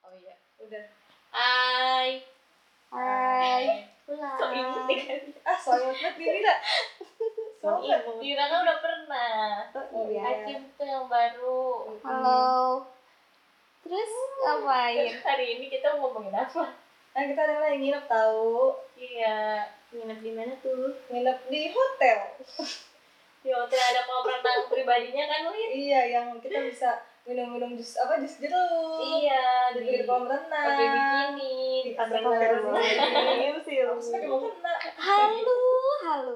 Oh iya. Udah. Hai. Pulang. So imut deh kan. So imut banget diri dah. So imut. Dira kan udah pernah. Oh iya. Hakim tuh yang baru. Halo. Terus ngapain? Hari ini kita mau ngomongin apa? Nah, kita adalah yang nginep tahu. Iya. Nginep di mana tuh? Nginep di hotel. Di hotel ada kolam renang pribadinya kan, Lin? Iya, yang kita bisa minum jus jeruk. Iya, di pinggir kolam renang. pakai bikini, di kamar renang. Harusnya di mana? Halu.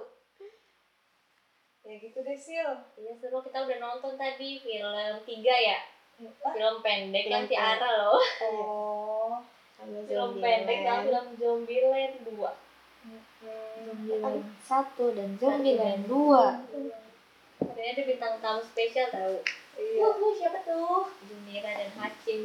Ya gitu deh, Sil. Iya seru, kita udah nonton tadi film 3 ya? Film pendek Film yang Tiara loh. Oh. Film pendek yang film Zombieland 2. Zombieland 1 dan Zombieland 2. Katanya ada bintang tamu spesial tahu. Iya. Siapa tuh? Junira dan Hakim.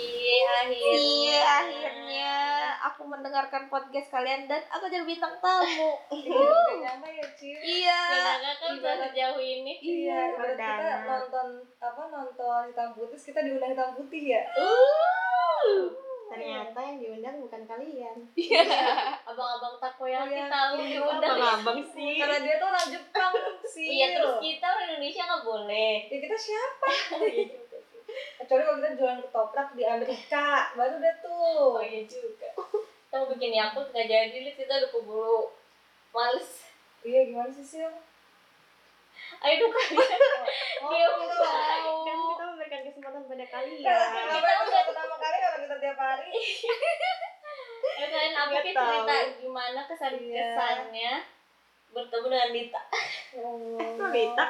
Akhirnya aku mendengarkan podcast kalian dan aku jadi bintang tamu. Gak nyangka ya, Cil. Iya. Gak kan udah sejauh ini. Iya, ibarat kita nonton hitam putih, kita diundang hitam putih ya. Ternyata yang diundang bukan kalian. Abang-abang takoyaki Iya. tahu diundang. Abang sih. Karena dia tuh orang Jepang sih. Iya, terus kita orang Indonesia nggak boleh. Ya kita siapa? Kecuali kalau kita jualan ketoprak di Amerika, baru deh tuh. Oh iya juga. Kita mau bikin Yakult nggak jadi, Lis, kita udah keburu males. Iya, gimana sih, Sil? Ayo dong kalian. Dia mau Kan tahu. kita memberikan kesempatan pada kalian. Ngapain kita pertama kali kalau kita tiap hari? Kalian apa sih cerita gimana kesannya bertemu dengan Dita? Kok Dita?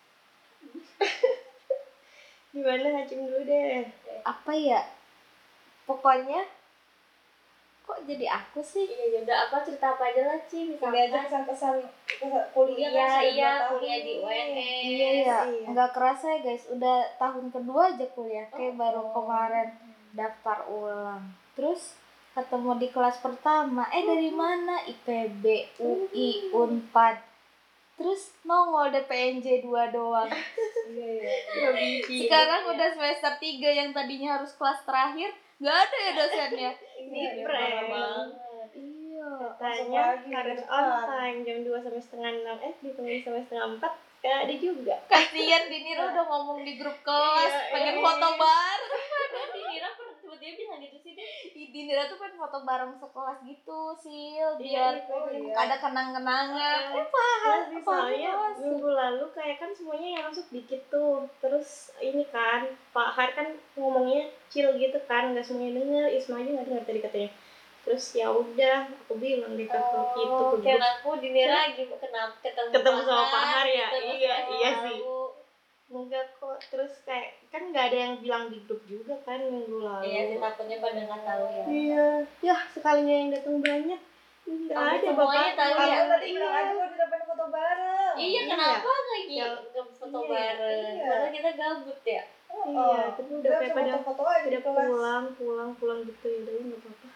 Gimana Hacim dulu deh. Apa ya? Pokoknya kok jadi aku sih? Iya, udah apa cerita apa aja lah, Ci, Ini aja kesan-kesan kuliah kan sudah 2 tahun. kuliah di UNS. Iya. Nggak kerasa ya guys, udah tahun kedua aja kuliah. Kayak baru kemarin daftar ulang. Terus ketemu di kelas pertama. Dari mana? IPB, UI, Unpad. Terus nongol deh PNJ 2 doang. Iya. Sekarang udah semester 3 yang tadinya harus kelas terakhir, nggak ada ya dosennya. Ini Parah banget. Iya. Katanya harus on time jam 2:30 ditunggu sampai 3:30 gak ada juga. Kasian Dinira udah ngomong di grup kelas pengen foto bareng. Nanti Dira pernah tiba-tiba bilang gitu sih deh. Dinira tuh pengen foto bareng sekelas gitu, Sil, biar ada kenang-kenangan. Soalnya minggu lalu kayak kan semuanya yang masuk dikit tuh. Terus ini kan Pak Har kan ngomongnya chill gitu kan, nggak semuanya denger. Isma aja nggak dengar tadi katanya. Terus ya udah aku bilang deh ke gitu ke Kayak aku Dinira lagi ketemu sama Pak Har ya. gitu, Iya sih. Enggak kok, terus kayak kan nggak ada yang bilang di grup juga kan minggu lalu. Iya sih, takutnya pada nggak tahu ya. Iya, ya sekalinya yang datang banyak nggak ada semuanya bapak. tahu ya. Aku tadi bilang aja kalau kita pengen foto bareng. Iya, kenapa nggak foto bareng? Karena kita gabut ya. Iya, tapi udah kayak pada foto aja di udah kelas. pulang gitu ya, udah nggak apa-apa.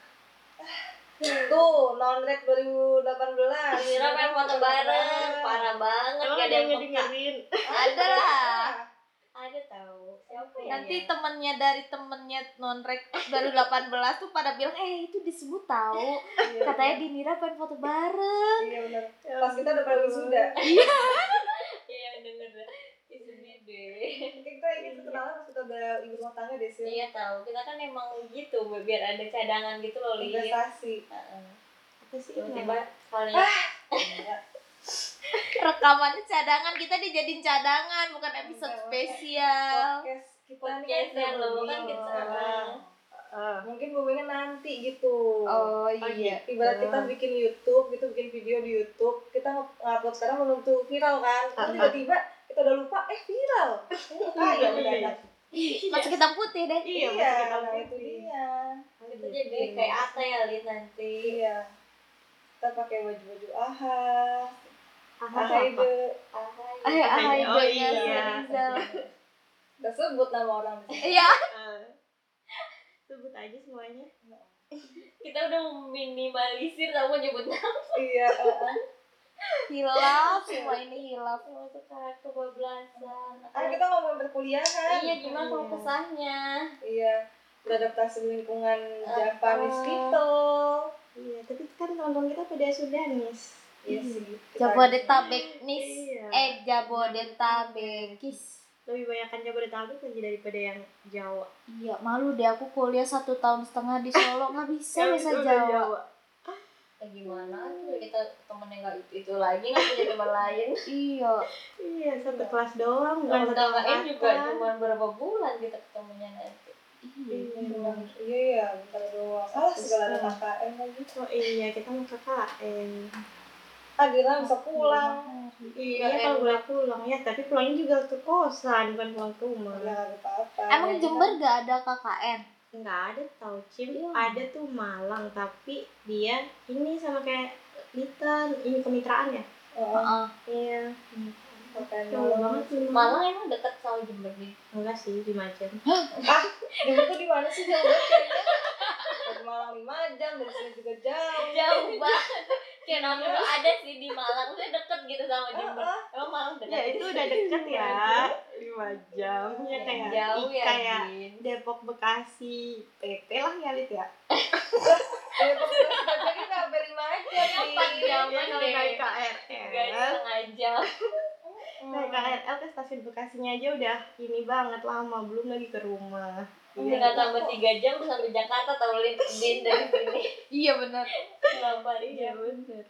Tuh, non-rek 2018. Dira pengen foto bareng, parah banget. Emang Gak ada yang peka. ngedengerin? Ada lah. Ada tahu. Siapa ya? Nanti temennya dari temennya nonrek 2018 tuh pada bilang, itu disebut tahu. Katanya Dinira pengen foto bareng. Iya benar. Pas kita udah pada wisuda. Iya, yang denger deh. Ismi deh. Kita ingin kenalan pas kita udah ibu rumah tangga deh sih. Iya tahu. Kita kan emang gitu biar ada cadangan gitu loh, Li. Investasi. Apa sih? Tiba-tiba kalian Rekamannya cadangan, kita dijadiin cadangan, bukan episode spesial. Podcast podcastnya lo kan kita. Mungkin boomingnya nanti gitu. Oh iya. Ibarat kita bikin YouTube gitu, bikin video di YouTube, kita ngupload sekarang belum tentu viral kan. Terus tiba-tiba kita udah lupa, viral. Ya udah. Masuk hitam putih deh. Iya, nah itu dia. Itu jadi kayak Ata ya, Li, nanti. Iya. Kita pakai baju-baju Ahai. Ahainya iya. Rizal. Kita sebut nama orang. Iya. Sebut aja semuanya. Kita udah minimalisir tau mau nyebut nama. Iya. Hilaf, semua ini hilaf. Masuk kebablasan. Kita ngomongin perkuliahan. Iya, gimana kalau kesahnya? Iya. beradaptasi lingkungan Japanese gitu. Iya, tapi kan teman-teman kita pada Sudanis. Iya sih. Jabodetabek nis, Iya. Jabodetabekis. Lebih banyak kan Jabodetabek aja daripada yang Jawa. Iya, malu deh aku kuliah 1,5 tahun di Solo nggak bisa bahasa Udah Jawa. Ya gimana tuh kita temennya nggak itu lagi nggak punya teman lain. Iya, Iya, satu kelas doang, bukan Teman satu lain juga angkatan. cuma berapa bulan kita ketemunya nanti. iya. Iya ya, bentar doang. Salah segala ada KKN lagi. Oh iya, kita mau KKN. Akhirnya bisa pulang. Iya, kalau boleh pulang ya, tapi pulangnya juga ke kosan, bukan pulang ke rumah. Ya nggak apa-apa. Emang Jember gak ada KKN? Nggak ada tau, Cim. Iya. Ada tuh Malang, tapi dia ini sama kayak Lita, ini kemitraan ya? Heeh. Iya. KKN Jauh Malang. banget sih. Malang emang dekat sama Jember nih. Enggak sih, di Majen. Jember tuh di mana sih jauh banget kayaknya? Dari Malang 5 jam, dari sini juga jauh. Jauh banget. Kayak namanya tuh ada sih di Malang, tuh deket gitu sama Jember. Emang Malang dekat. Ya itu udah deket ya, 5 jam. Ya kayak jauh ya, kayak Din. Depok, Bekasi, PP lah ya, Lit ya. Ya pokoknya kita kita sampai 5 jam. Yang 4 jam Iya, kalau deh. naik Guys, KRL. setengah jam. Naik KRL ke stasiun Bekasinya aja udah ini banget lama, belum lagi ke rumah. Tinggal tambah 3 jam udah sampai Jakarta tau Din dari sini. Iya benar. Kenapa Iya jam? bener.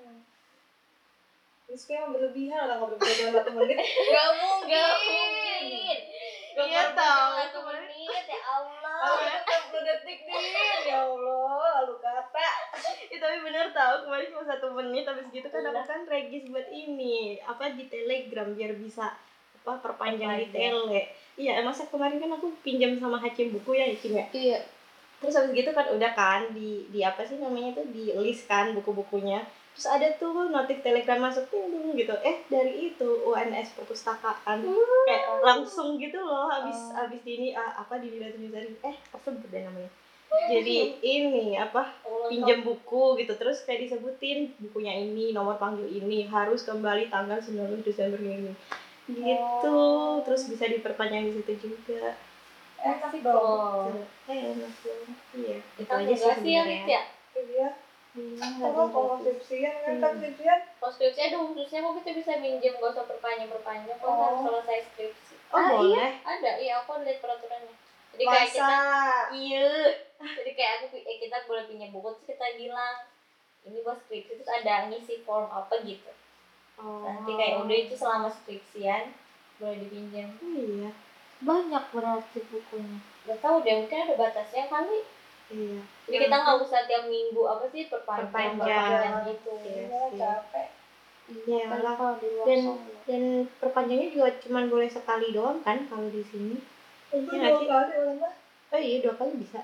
Terus kayak berlebihan lah nggak berlebihan 1 menit. Gak mungkin. Iya tahu. 1 menit ya Allah. Lalu 60 detik nih. Ya Allah, lalu kata. Tapi bener tahu kemarin cuma 1 menit, habis gitu kan aku kan regis buat ini apa di Telegram biar bisa apa perpanjang di tele. Iya, masa kemarin kan aku pinjam sama Hacim buku ya Hacim ya. Iya. Terus habis gitu kan udah kan di apa sih namanya tuh di list kan buku-bukunya. Terus ada tuh notif Telegram masuk tuh gitu. Dari itu UNS perpustakaan. Kayak langsung gitu loh habis ini apa di Dila Tunjusari. Apa deh namanya. Jadi ini apa pinjam buku gitu, terus kayak disebutin bukunya ini, nomor panggil ini, harus kembali tanggal 19 Desember ini gitu. Terus bisa diperpanjang di situ juga. Enak dong. Enak dong. Iya, itu Kita aja sih enggak sih ya, sebenarnya. Lit ya? Iya. Kalau kalau skripsian kan kan skripsian. Kalau skripsi ada khususnya kok kita bisa minjem, gak usah perpanjang kalau harus selesai skripsi. Oh, boleh. Ada, iya aku lihat peraturannya. Jadi kayak kita, iya. Jadi kayak kita boleh pinjam buku terus kita bilang ini buat skripsi, terus ada ngisi form apa gitu. Nanti kayak udah itu selama skripsian boleh dipinjam. Iya. Banyak berarti bukunya. Gak tahu deh, mungkin ada batasnya kali. Iya. Jadi kita nggak usah tiap minggu apa sih Perpanjang. perpanjang gitu. Iya. Capek. Iya, Iyalah. kan kalau di luar Dan Solo. dan perpanjangnya juga cuma boleh sekali doang kan kalau di sini. Itu Iya 2 kali orang mah. Oh iya, 2 kali bisa.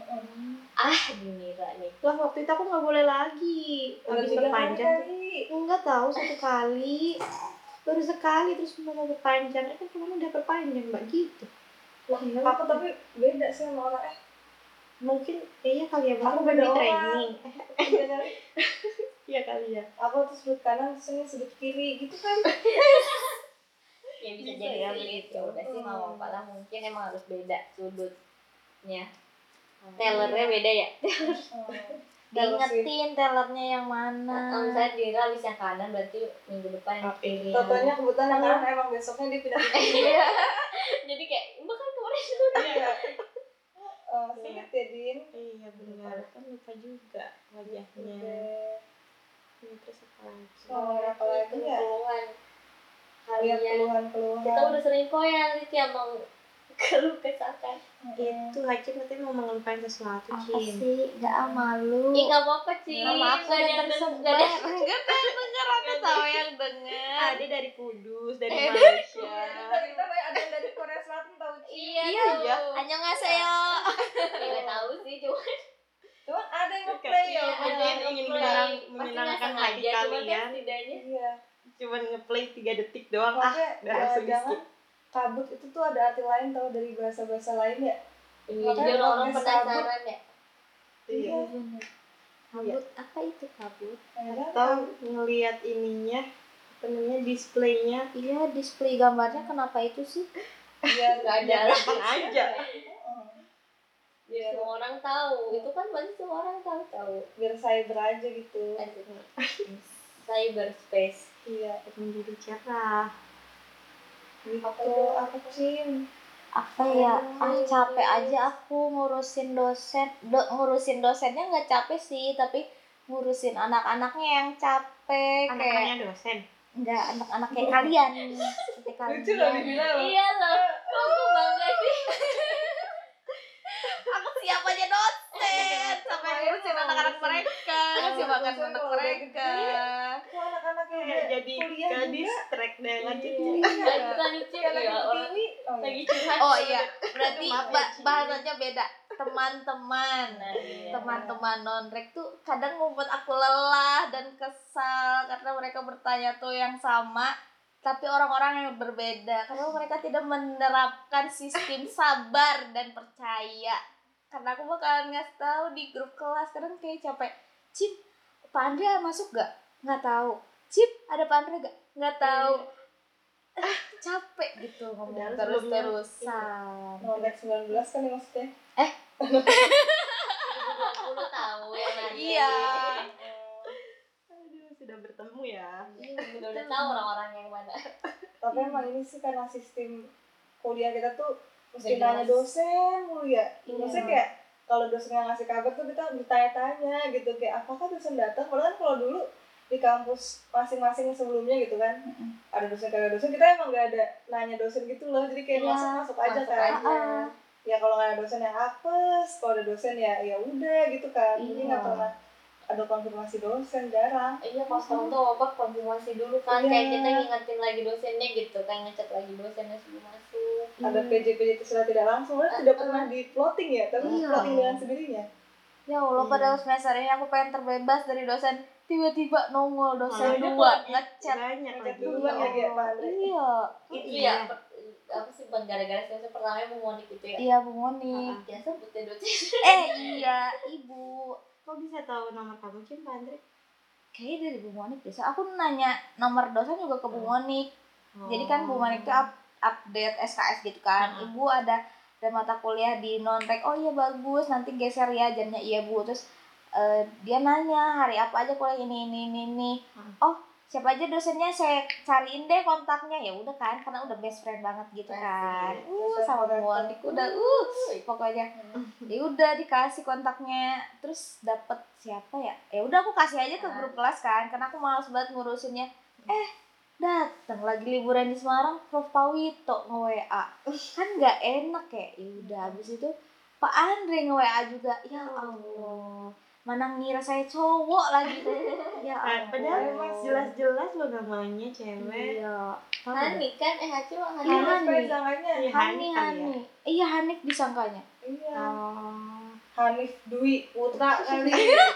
Dinira nih. Lah waktu itu aku nggak boleh lagi habis 3 perpanjang. kali. Enggak tahu 1 kali. Baru sekali terus mau perpanjang. Kan kemarin udah perpanjang Mbak gitu. Lah, aku tapi beda sih sama orang Mungkin kayaknya kali ya Aku mungkin beda di orang. training. Iya kali. Iya kali ya. Aku tuh sudut kanan, sini sudut kiri gitu kan. Ya bisa Bisa jadi ya, sulit. begitu. Ya udah sih nggak apa-apa lah, mungkin emang harus beda sudutnya. Tellernya beda ya. Diingetin tellernya yang mana. Misalnya Dira habis yang kanan berarti minggu depan yang kiri. Totonya kebetulan yang kanan emang besoknya dia pindah ke kiri. Iya. Jadi kayak bahkan kemarin dulu. Iya. Sulit ya, Din. Iya benar. Kan lupa juga wajahnya. Ini terus apa lagi? Ngomongin apa lagi ya? Keluhan Lihat kalian. keluhan-keluhan. Kita udah sering kok ya Lit ya mau keluh kesahkan. Itu Hacim katanya mau mengeluhkan sesuatu, Apa Cim. sih? Gak malu. Ih nggak apa-apa sih. Maaf, Nggak ada yang tersebar. nggak ada. Enggak denger, aku tahu yang denger. Ada dari Kudus, dari Malaysia. Dari kita kayak ada yang dari Korea Selatan tahu Iya Iya, tuh. iya. Annyeonghaseyo. Nggak tahu sih cuma Cuman ada yang nge-play ya. iya, ada yang ingin menyenangkan hati kalian. Setidaknya Iya. Cuman ngeplay 3 detik doang. Makanya Udah langsung jangan skip. kabut itu tuh ada arti lain tau dari bahasa-bahasa lain ya. ini Makanya jadi orang podcast penasaran ya. Iya. Bener. Kabut, apa itu kabut? Atau ngelihat ininya, apa namanya, displaynya. Iya, display gambarnya kenapa itu sih? Iya, Nggak ada Ya, gampang aja. biar semua orang tahu. Itu kan pasti semua orang tahu. Biar cyber aja gitu. Cyberspace. Iya, menjadi cerah. gitu. Apa Aku Cim. Apa ya, capek aja aku ngurusin dosennya nggak capek sih, tapi ngurusin anak-anaknya yang capek. Anak-anaknya dosen. Enggak, anak-anak kayak kalian. Kayak Lucu loh kalian. dibilang loh. Iya loh, aku bangga sih. Aku siap aja dosen sampai ngurusin anak-anak mereka, ngasih makan anak mereka. Kok anak-anaknya udah Jadi kuliah gak juga? distract deh lanjut. Lanjut sih Kayak ya lagi orang TV. lagi curhat. Oh iya, berarti Maaf ya, Ci. bahasanya beda. Teman-teman. Nah, iya. Teman-teman nonrek tuh kadang membuat aku lelah dan kesal karena mereka bertanya tuh yang sama tapi orang-orang yang berbeda karena mereka tidak menerapkan sistem sabar dan percaya. Karena aku bakalan ngasih tahu di grup kelas kadang kayak capek. Cip, Pak Andre masuk gak? Nggak tahu. Cip, ada Pak Andre gak? Nggak tahu. Capek gitu ngomong terus-terusan. Nolak 19 kan ya maksudnya. 20 tahu yang ada. Iya. Aduh, sudah bertemu ya. Udah tahu orang-orang yang mana. Tapi emang ini sih karena sistem kuliah kita tuh mesti Udah nanya jelas. dosen mulu ya. Iya. Maksudnya kayak kalau dosen nggak ngasih kabar tuh kita bertanya-tanya gitu kayak apakah dosen datang? Padahal kan kalau dulu di kampus masing-masing sebelumnya gitu kan ada dosen kagak dosen kita emang nggak ada nanya dosen gitu loh jadi kayak Iya, masuk aja masuk kan. aja. Ya kalau nggak ada dosen yang apes, kalau ada dosen ya udah gitu kan. Jadi Iya. nggak pernah ada konfirmasi dosen, jarang. Iya, pas kamu tuh obat konfirmasi dulu kan. Iya. Kayak kita ngingetin lagi dosennya gitu, kayak ngecek lagi dosennya sebelum masuk. Ada PJ-PJ itu sudah tidak langsung, tidak pernah di plotting ya, tapi Iya. plotting dengan sendirinya. Ya Allah, pada semester ini aku pengen terbebas dari dosen. Tiba-tiba nongol dosen Malah dua lagi ngechat. Banyak Ngechat lagi. duluan lagi ya Pak Andre. Iya. Itu ya, apa sih bang gara-gara semester pertama Bu Monik itu ya. Iya, Bu Moni. Ya sebutnya dosen. Iya, Ibu. Kok bisa tahu nomor kamu, Cim, Pak Andre? Kayaknya dari Bu Monik biasa. Aku nanya nomor dosen juga ke Bu Monik. Jadi kan Bu Monik tuh update SKS gitu kan. Ibu ada mata kuliah di nonrek. Oh iya bagus, nanti geser ya jamnya. Iya Bu. Terus dia nanya hari apa aja kuliah ini. Oh, siapa aja dosennya saya cariin deh kontaknya. Ya udah kan, karena udah best friend banget gitu kan. Sama Bu Monik udah pokoknya. Ya udah dikasih kontaknya, terus dapet siapa ya? Ya udah aku kasih aja ke grup kelas kan, karena aku malas banget ngurusinnya. Datang lagi liburan di Semarang, Prof Pawito nge-WA. Kan nggak enak ya. Ya udah habis itu Pak Andre nge-WA juga. Ya Allah. Mana ngira saya cowok lagi. Ya Padahal ampun. jelas-jelas lo namanya cewek. Iya. Hani kan Haci mah Iya, Hani. Hani. Sangkanya Iya. Hanif kali ya? Iya, Hanif disangkanya. iya. Oh. Hanif Dwi Putra kali.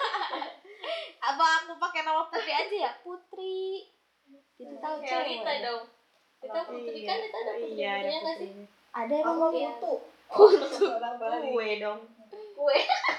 Apa aku pakai nama Putri aja ya? Putri. Itu tahu Kayak cewek. kita dong. Kita putri kan, kita ada putri Iya, putrinya nggak sih? Ada Apa emang Iya. Putu? Putu. Orang Bali. Kue dong. Kue.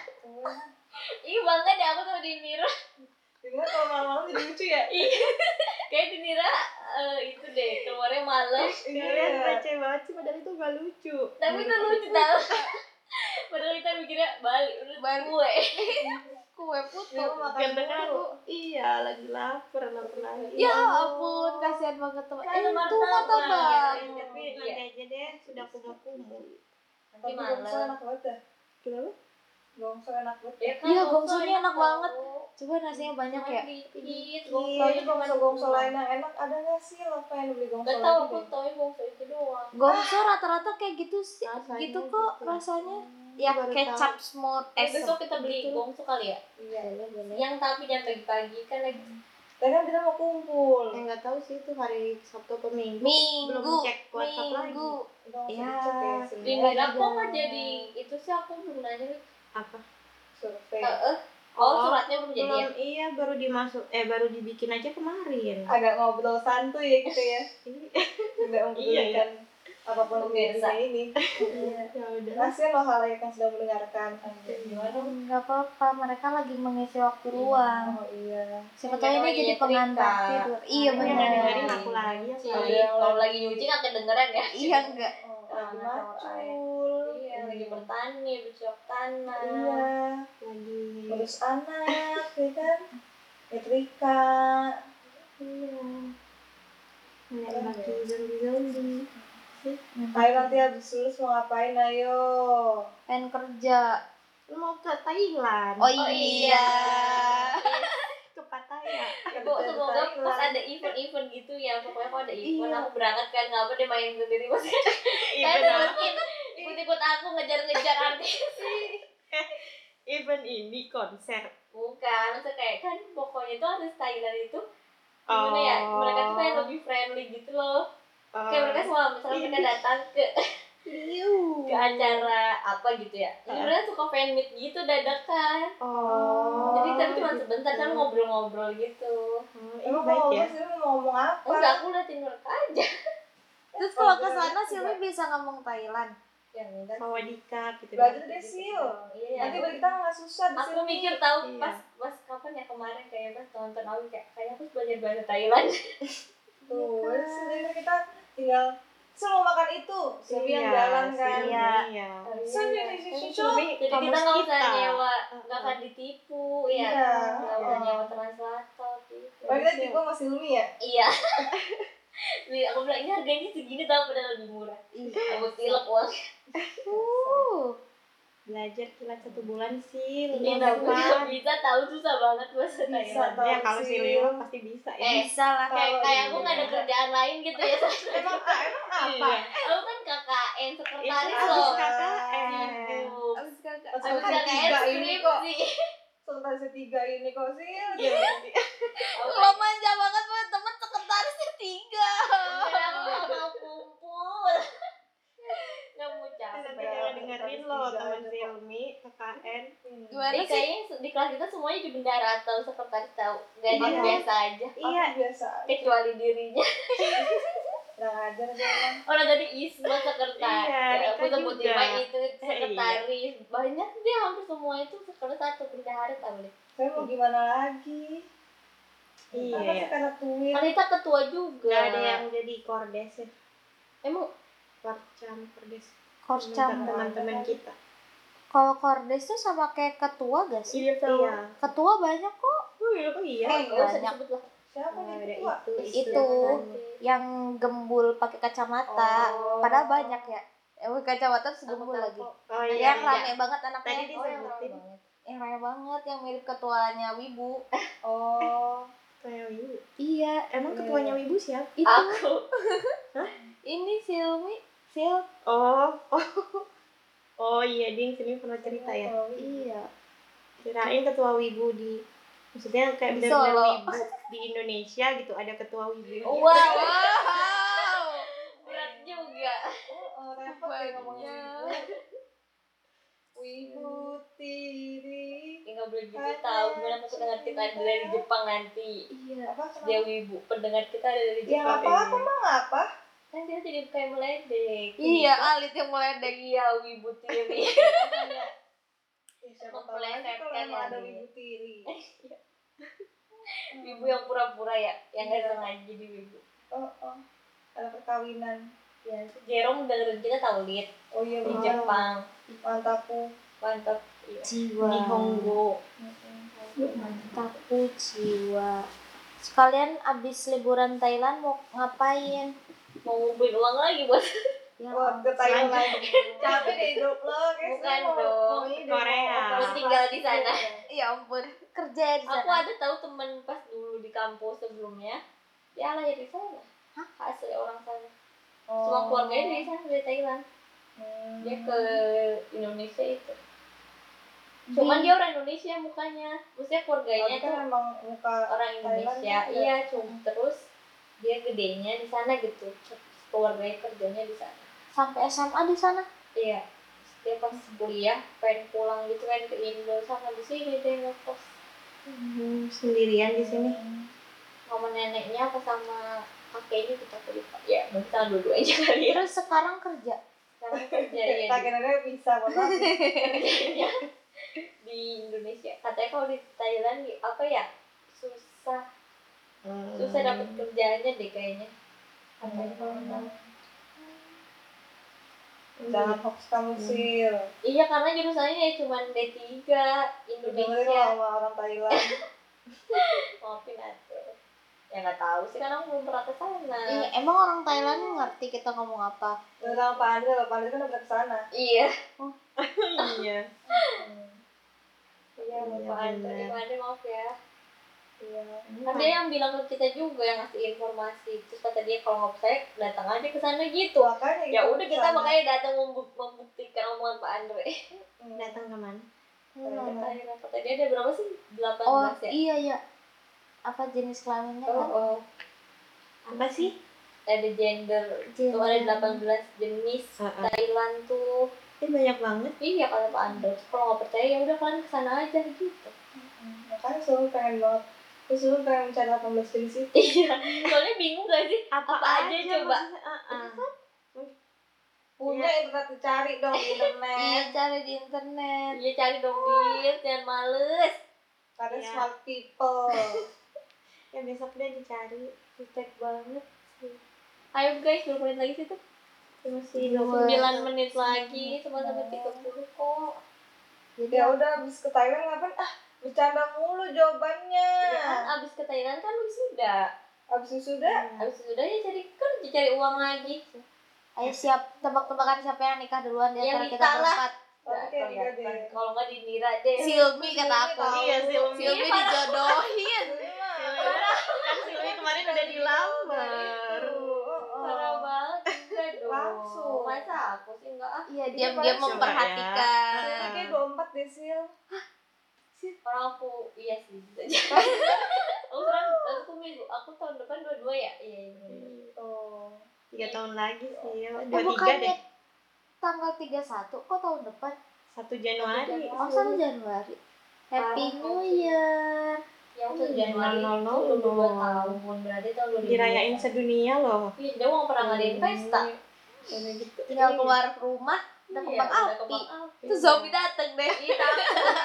Ih bangga deh aku sama Dinira. Gimana kalau malam-malam jadi lucu ya? Kayak Dinira itu deh keluarnya malam. Kalian receh banget sih, padahal itu gak lucu. Tapi itu lucu tau. Padahal kita mikirnya balik kue. kue putu. Ya, makan Kadang kan dulu. aku lagi lapar lagi. Ya ampun, kasihan banget teman. Kan Itu martabak. martabak. Tapi nanti aja deh, sudah kumur-kumur. Nanti Tapi gongso malam. enak banget ya. Kenapa? Gongso enak banget. Ya kan, Iya, gongso gongsonya enak banget. tau. Coba nasinya banyak ya. Dikit. Gongso aja gongso lain yang enak ada nggak sih lo pengen beli gongso Gak tau, lagi aku deh? taunya gongso itu doang. Gongso rata-rata kayak gitu sih. Rasanya Gitu kok gitu. rasanya. Ya Baru kecap smooth Besok kita beli gitu. gongso kali ya. Iya. Boleh. Yang tapi jangan pagi-pagi kan lagi. Tapi kan kita mau kumpul. Nggak tahu sih itu hari Sabtu atau Minggu. Minggu. Belum cek WhatsApp lagi. Minggu. Kita mau Ya. cek ya sini. Dinira kok juga. nggak jadi itu sih aku belum nanya nih. Apa? Survei. Oh, suratnya belum jadi ya? Belum, iya baru baru dibikin aja kemarin. Agak ngobrol santuy ya gitu ya. Ini Tidak mempedulikan apapun Biasa. ini. ya udah. Kasihan loh halayak yang sedang mendengarkan. Gimana? Enggak apa-apa, mereka lagi mengisi waktu luang. Oh iya. Siapa tahu Mereka ini lagi jadi nyetrika. pengantar tidur. Iya Yang nggak dengerin benar. aku lagi ya. Cih, Ada yang kalau lagi- lagi nyuci nggak kedengeran ya? Iya enggak. Oh, lagi tawar air. macul. Iya, lagi bertani, bercocok tanam. Iya, lagi ngurus anak, ya kan? Nyetrika. iya ngeliat baki zombie Ayo nanti habis lulus mau ngapain, ayo? pengen kerja. lu mau ke Thailand. Oh iya. Ke Pattaya. Semoga pas ada event-event gitu ya, pokoknya kalau ada event Iya. aku berangkat kan, nggak apa deh main sendiri maksudnya. Iya Kayak benar. mungkin ikut-ikut aku ngejar-ngejar artis. Event ini konser. Bukan, maksudnya kayak kan pokoknya itu artis Thailand itu gimana ya, mereka tuh kayak lebih friendly gitu loh. Kayak mereka semua misalnya mereka datang ke acara apa gitu ya, mereka suka fan meet gitu dadakan. Jadi tapi cuma sebentar kan ngobrol-ngobrol gitu. Emang baik kalau ya. sih mau ngomong apa? Enggak, aku liatin mereka aja. Terus kalau ke sana Silvi bisa ngomong Thailand. Yang enggak Sawadika gitu. Belajar deh, Sil. Iya, Nanti bagi kita nggak susah di aku sini. mikir tahu Iya. pas kapan ya, kemarin kayak pas nonton Awi kayak aku belajar bahasa Thailand. Tuh, sendiri kita tinggal mau makan itu, Silvi yang jalan kan. Iya. Iya. Jadi kita nggak usah nyewa, nggak akan ditipu ya, Iya. nggak usah nyewa translator gitu. Padahal kita tipe sama Silmi ya. Iya. Aku bilang ini harganya segini tau, padahal lebih murah. Aku tilep uang. Belajar kilat 1 bulan sih. Ini aku nggak bisa tahu, susah banget bahasa Bisa Thailand. tahu. Ya kalau si Sil. Leo pasti bisa ya. Bisa lah. Kayak aku nggak ada kerjaan lain gitu ya. Emang apa? Aku kan KKN sekretaris Itu loh. KKN. Sibuk. Abis kakak. Pas Abis KKN KKN ini kok. skripsi. Sultan setiga ini kok Sil. Lo manja banget buat temen sekretarisnya 3. Karena aku nggak mau kumpul. Nggak mau Nanti capek. jangan dengerin loh teman Silmi KKN. Gimana Jadi sih? kayaknya di kelas kita semuanya di bendara atau sekretaris tahu. Gak ada yang Iya. biasa aja. Iya. Aku biasa. Kecuali dirinya. Nggak ngajar aja kan. Orang tadi Isma sekretaris. Iya, Ya, aku Rika sebut juga. lima itu sekretaris. Banyak dia hampir semua itu sekretaris atau bendahara tahu deh. Saya mau gimana lagi? Iya Apa ya. sih karena tuin? Anita ketua juga. Gak ada yang jadi kordes ya. Emang Korcam, kordes. Korcam. Teman-teman kita. Kalau kordes tuh sama kayak ketua gak sih? Iya. Ketua banyak kok. Oh iya. nggak usah banyak. disebut lah. Siapa Oh, nih ada ketua? Itu yang gembul pakai kacamata. Padahal banyak ya. Kacamata terus gembul lagi. Oh Yang iya. rame banget anaknya. Tadi Oh, yang disebutin. ramai banget. Yang rame banget, yang mirip ketuanya Wibu. Oh, Ketua Wibu. Iya, Emang ketuanya Wibu siapa? itu. Aku. Ini Silmi, Sil. Oh iya, Ding sini pernah cerita ya. Iya. Kirain ketua Wibu maksudnya kayak Di benar-benar Solo. Wibu di Indonesia gitu, ada ketua Wibu. Wow. Berat juga. repot ya ngomongnya. Wibu Tiri. Ya nggak boleh gitu tahu. Gimana aku pendengar kita ada dari Jepang nanti. Iya. Apa? Dia Wibu. Pendengar kita ada dari Ya Jepang. apa mah apa? Kan dia jadi kayak meledek. Iya, alit yang meledek. Iya, Wibu Tiri. Ya, siapa tahu aja kalau Mempelesetkan emang ya ada dia. Wibu Tiri. Wibu yang pura-pura ya, yang nggak sengaja jadi Wibu. Oh, ada perkawinan. Ya, Jerome dengerin kita tahu liat Oh iya, di bener. Jepang. Mantapku. Mantap. Iya. Jiwa. Nihongo. Mantapku jiwa. Sekalian abis liburan Thailand mau ngapain? Mau ngumpulin uang lagi buat Ya, Wah, ke Thailand. Capek deh hidup lo, guys. Bukan Mau- dong. mau ini deh, Korea. mau Mau tinggal di sana. ya ampun, kerja ya di Aku sana. ada tahu temen pas dulu di kampus sebelumnya, dia lahir di sana. Hah? Asli orang sana. Oh. Semua keluarganya dari sana, dari Thailand. Dia ke Indonesia itu. Cuman dia orang Indonesia mukanya. Maksudnya keluarganya Tapi tuh kan emang muka orang Indonesia. Thailand kan Iya, cuma terus dia gedenya di sana gitu. Keluarganya kerjanya di sana. Sampai SMA di sana. Iya. Dia pas kuliah pengen pulang gitu kan ke Indo, sama di sini dia ngekos. Sendirian di sini. Sama neneknya apa sama kakeknya kita lupa. Ya, mungkin sama dua-duanya kali ya. Terus sekarang kerja. Sekarang kerja ya Kakek-kakek bisa, mohon maaf. kerjanya di Indonesia. Katanya kalau di Thailand apa ya, susah dapet kerjaannya deh kayaknya. Katanya kalau nggak. Jangan hoax kamu Sil. Iya, karena jurusannya ya cuma D3 Dengerin Indonesia. sama orang Thailand. Maafin aku. Ya nggak tahu sih, karena aku belum pernah ke sana. Iya, emang orang Thailand ngerti kita ngomong apa? Dengerin sama Pak Andre kan udah kesana. Iya. Iya. Iya, Iya, Pak Andre. bener. Pak Andre maaf ya. Iya. Ada yang bilang ke kita juga yang ngasih informasi. Terus kata dia kalau nggak percaya datang aja ke sana gitu. Makanya Ya gitu udah kita kesana. makanya datang membuktikan omongan Pak Andre. Datang ke mana? Thailand. Kata dia ada berapa sih? 18 Oh ya? iya ya. Apa jenis kelaminnya kan? Oh. Apa sih? Ada gender. Tuh ada 18 jenis Thailand tuh. Banyak banget. Iya kata Pak Andre. Kalau nggak percaya ya udah kalian kesana aja gitu. Makanya selalu pengen banget. Terus selalu pengen mencari 18 jenis itu. Iya. Soalnya bingung gak sih? Apa aja coba? Punya internet dicari dong di Iya, internet. cari di internet. Iya cari dong Dil, jangan males. Karena Iya. smart people. Ya besok deh dicari. Jutek banget sih. Ayo guys, 2 menit lagi situ. Masih 9 menit lagi, cuma sampai 30 kok. Jadi Ya udah habis ke Thailand ngapain? Bercanda mulu jawabannya. Ya kan abis ke Thailand kan wisuda. Abis wisuda, Abis wisuda ya cari kerja, cari uang lagi. ayo siap tebak-tebakan siapa yang nikah duluan di antara Yang kita Rita lah. berempat. tapi Nggak kayak enggak kelihatan. deh. Kalau nggak di Nira deh. Silmi kata aku. Iya, Silmi. Silmi dijodohin. Kan Silvi kemarin udah dilamar. Parah banget juga dong. Langsung. Masa aku sih enggak ah. Iya, Iya, diam-diam coba memperhatikan. Saya kayak 24 deh Sil. Orang aku iya sih bisa aja. Aku tahun depan 22 ya? Iya, bener. Oh. 3 tahun lagi sih. 23 Bukannya deh. tanggal 31 kok tahun depan? 1 Januari. Oh, 1 Januari. Happy New Year. Yang 1 Januari itu 22 tahun, berarti tahun 2000. Dirayain sedunia loh. Iya, dia mau pernah ngadain pesta. Gitu. Tinggal keluar ke rumah, udah Iya, kembang udah api. kembang api. Terus zombie dateng deh. Iya, takut.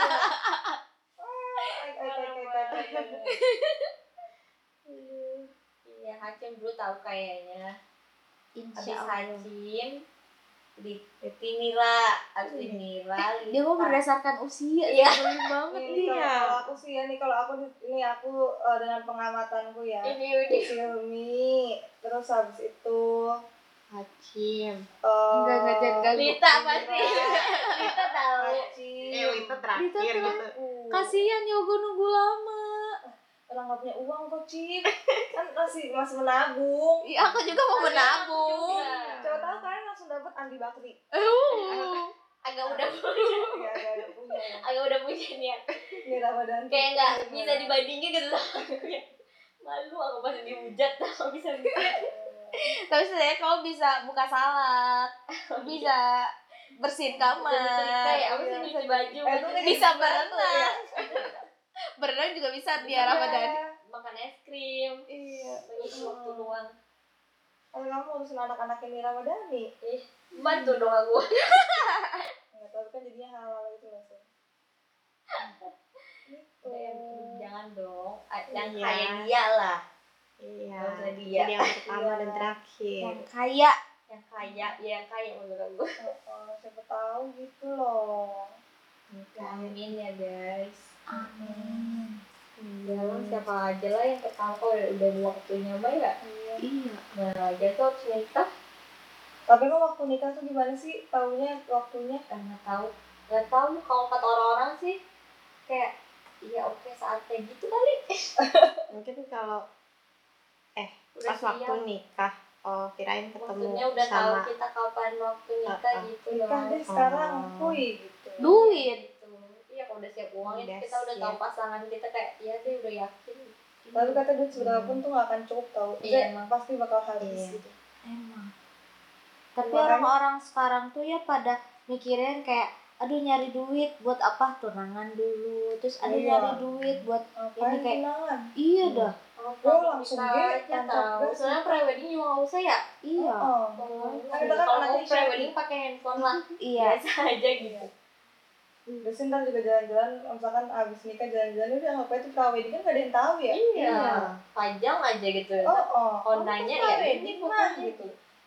Iya, Hacim dulu tahu kayaknya. Habis Insya Allah. Hacim di Nira, habis di Nira. Dia mau berdasarkan usia. Iya. Nyebelin banget Nih, dia. kalau aku sih ya nih, kalau aku dengan pengamatanku ya. Ini Silmi, terus habis itu Hacim. Enggak jangan ganggu. Lita pasti. Lita tahu. Hacim. Itu terakhir Lita gitu. Kasihan Yogo nunggu lama. Orang nggak punya uang kok Cip, kan masih menabung. Iya, aku juga mau menabung. Coba tahu kalian langsung dapat Andi Bakri. Agak udah punya. Ya ada punya. Agak udah punya nih. Ini Ramadan. Kayak nggak bisa dibandingin gitu sama aku ya. Malu aku pasti dihujat sama bisa gitu. Tapi saya kalau bisa buka salad, bisa bersihin kamar, Kayak aku sih nyuci baju. Itu kan bisa gimana tuh, ya? berenang. Berenang juga bisa di Ramadan. Makan es krim. Iya. Mengisi waktu luang. Kalau kamu ngurusin anak-anak ini Ramadhani, Bantu dong aku. nggak tahu kan jadinya halal itu loh Sil. Gitu. Jangan dong. Yang Iya. kayak dia lah. Iya. Nggak usah dia. Jadi yang pertama dan terakhir. Yang kaya. Yang kaya, ya yang kaya menurut aku. Siapa tahu gitu loh. Amin ya guys. Amin. Ya lah, siapa aja lah yang ketangkau udah waktunya mbak ya. Iya. Nah, aja tuh harus nikah. Tapi kok waktu nikah tuh gimana sih taunya waktunya? Nggak tahu. Nggak tahu kalau kata orang-orang sih kayak iya oke saatnya gitu kali. Mungkin kalau Udah pas waktu siap. nikah, kirain ketemu Maksudnya udah tahu sama kita kapan waktu nikah gitu Nikah loh. deh sekarang, kuy gitu. Duit. Gitu. Iya kalau udah siap uangnya Udah kita udah tahu siap. pasangan kita kayak iya deh udah yakin. Tapi kata duit seberapa pun tuh gak akan cukup tau. Iya, Emang pasti bakal habis Iya. gitu. Emang. Tapi Makanya- orang-orang sekarang tuh ya pada mikirin kayak aduh nyari duit buat apa tunangan dulu, terus aduh Iya. nyari duit buat Ngapain kayak- tunangan? iya dah. Gue langsung aja tancap tahu. gas. Soalnya pre-wedding juga nggak usah ya. Iya. Kan kita kan Kalau anaknya mau pre-wedding pakai handphone lah. Iya. Biasa aja gitu. Biasanya ntar juga jalan-jalan, misalkan abis nikah jalan-jalan udah ngapain itu prawedding kan gak ada yang tahu ya. Iya. Panjang aja gitu. Oh, Kalau nanya ya ini prawedding mah fotonya gitu.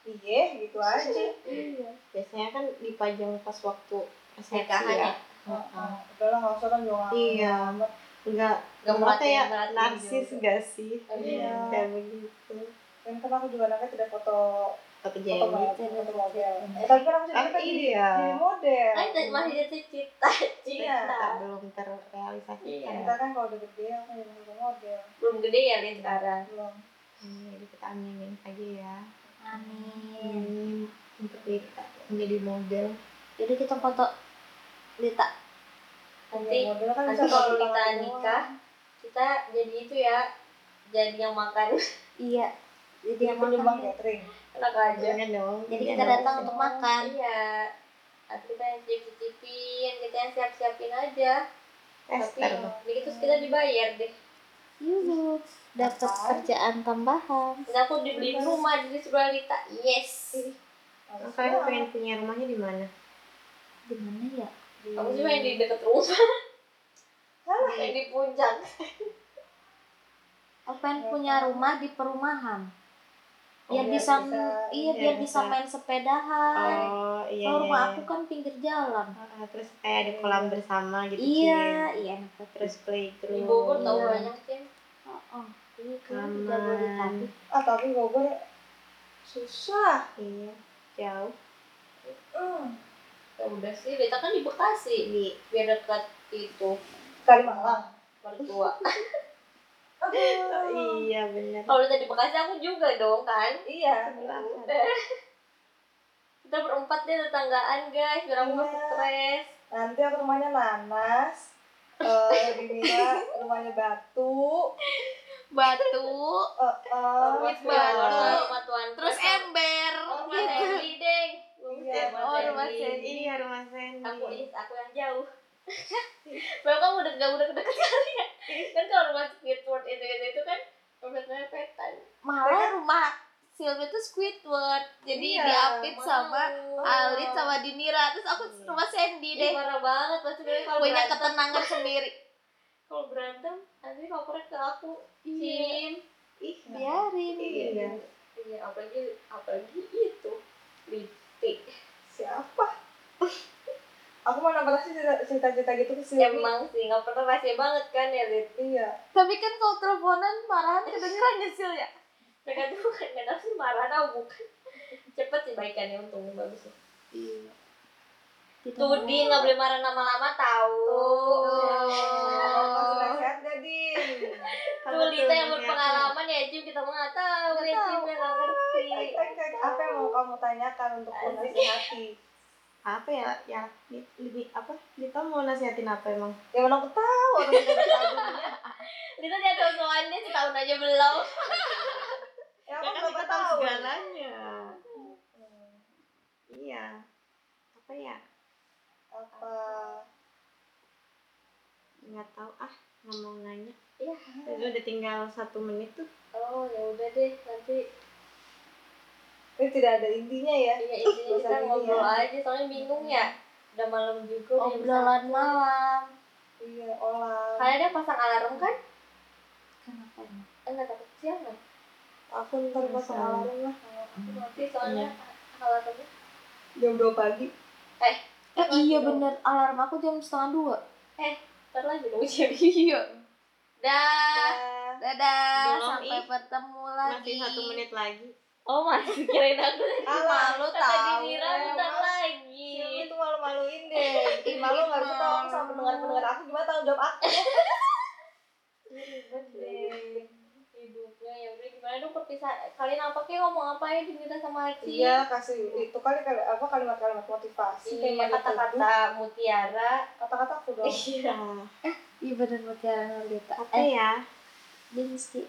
iya gitu aja. Iya. Biasanya kan dipajang pas waktu resepsi Nikahan ya. ya. Udahlah nggak usah kan jual Iya. amat. Enggak merhatiin kayak narsis juga. gak sih? Iya. Kayak begitu. Dan kan aku juga anaknya tidak foto Foto foto model. Tapi kan aku juga kan iya. jadi model. Masih jadi cita-cita. Iya. Belum terrealisasi Iya. kan. Kita kan kalau udah gede aku jadi foto model. Belum gede ya Lin sekarang. Belum. Jadi kita aminin aja ya. Amin. Untuk kita menjadi model. Jadi kita foto Lita. Nanti model kan nanti bisa kalau foto kita tangan nikah kita jadi itu ya, jadi yang makan. Iya. Jadi doang. yang Penyumbang makan. catering. Enak aja. Jangan dong. Jadi Jangan kita dong. datang untuk makan. Iya. Nanti kita yang cicipin, kita yang siap-siapin aja. Tapi Tester dong. begitu terus kita dibayar deh. Yuk, dapat kerjaan tambahan. Dan aku dibeliin rumah di Suralita. Yes. Kalian pengen punya rumahnya di mana? Di mana ya? Aku sih main di dekat rumah. Salah. Yang di puncak. Aku pengen punya rumah di perumahan. Biar biar bisa, bisa- iya biar biar bisa bisa. main sepedahan. Oh iya. Kalau rumah iya. aku kan pinggir jalan. Terus kayak ada kolam bersama gitu. Iya, iya enak banget. Terus playground. Di Bogor tahu Iya. banyak sih. Oh, ini kan Aman. Jabodetabek. Tapi Bogor susah. Iya. Jauh. Ya udah sih, Beta kan di Bekasi. Biar dekat itu Kalimalang. mertua. Iya benar. Kalau udah di Bekasi aku juga dong kan. Iya. Kita berempat deh tetanggaan guys, biar aku nggak Iya. stres. Nanti aku rumahnya Nanas. Dimina rumahnya Batu. Batu, Rumah Batu. rumah tuan. terus ember. rumah Sandy deng. Iya. Oh, rumah Sandy. Iya rumah Sandy. Aku yang jauh. Memang kamu udah gak udah deket kali ya. Kan kalau rumah Squidward itu kan mepet-mepetan. Malah rumah Sylvia tuh Squidward. Jadi Iya, diapit mau. sama Alit sama Dinira. Terus aku rumah Sandy Ih, deh. parah banget pasti kalau Punya berantem. ketenangan sendiri. Kalau berantem nanti laporan ke aku. Sim. Ih, Biarin. iya. Iya, apalagi itu Liti. Siapa? Aku mau nambah sih cerita-cerita gitu ke Silvi. Emang sih nggak pernah rahasia banget kan ya Lit. Iya. Tapi kan kalau teleponan marahan kedengeran nyesel ya. Mereka tuh bukan nggak tahu sih marah atau bukan. Cepet sih baikannya untungnya bagus. Iya. Tuh Din nggak boleh marah lama-lama tahu. Kasih nasihat gak, Din? Tuh Lita yang berpengalaman ya Jim, kita mah nggak tahu Nggak ya Jim tahu. nggak ngerti. Apa yang mau kamu tanyakan untuk menasihati? Apa ya? Ya, lebih apa? Lita mau nasihatin apa emang? Ya mana aku tahu orang kita bertajunya. Lita dia soalnya setahun aja belum. Ya aku berapa tahu. segalanya. Iya. Apa ya? Apa? Nggak tahu nggak mau nanya. Iya. Udah tinggal 1 menit tuh. Oh ya udah deh nanti. Ini tidak ada intinya ya. Iya intinya kita Bosan ngobrol ini ya. aja soalnya bingung ya. Udah malam juga. jam Obrolan 1. malam. Iya, olah. Kalian ada pasang alarm kan? Kenapa emang? Enggak takut kesiangan. Aku ntar pasang alarm lah. Aku nanti soalnya alarmnya. Jam 2 pagi. Iya bener, alarm aku jam 1:30. Ntar lagi dong jam. Iya. Dah. Nah, Dadah, Belum, sampai ih. bertemu lagi. Masih 1 menit lagi. Oh masih kirain aku. Malu Kata tahu. Dinira bentar lagi. Silvi tuh malu-maluin deh. Ih, malu gak bisa tahu sama pendengar-pendengar aku. Gimana tanggung jawab aku? Ribet deh hidupnya. Ya udah gimana dong perpisah. Kalian apa kayak ngomong apa ya Dinira sama Aci? Iya, kasih itu apa kalimat-kalimat motivasi. Iya kata-kata mutiara. Kata-kata aku dong. Iya. Iya bener Mutiara Nurlita. Apa ya? Dinski.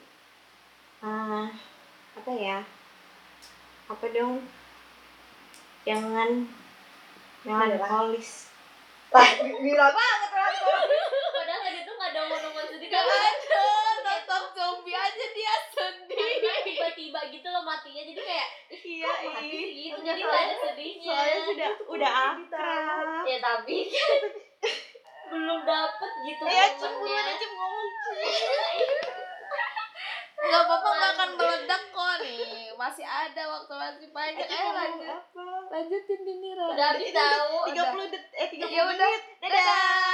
Apa ya? Apa dong? Jangan polis. Lah, gila banget kan. Padahal dia tuh nggak ada ngomong sedih Gak kan? ada, nonton zombie aja dia sedih. Karena tiba-tiba gitu loh matinya jadi kayak Iya, mati sih gitu jadi nggak ada sedihnya. Soalnya udah akrab. Ya tapi belum dapet gitu Ya momennya. cemburuan aja ngomong. Gak apa-apa, gak akan meledak kok nih. Mas masih ada waktu masih banyak. Kita ngomong Lanjut. apa? Lanjutin Dinira. Udah habis tahu. 30 Ya udah. menit. Dadah.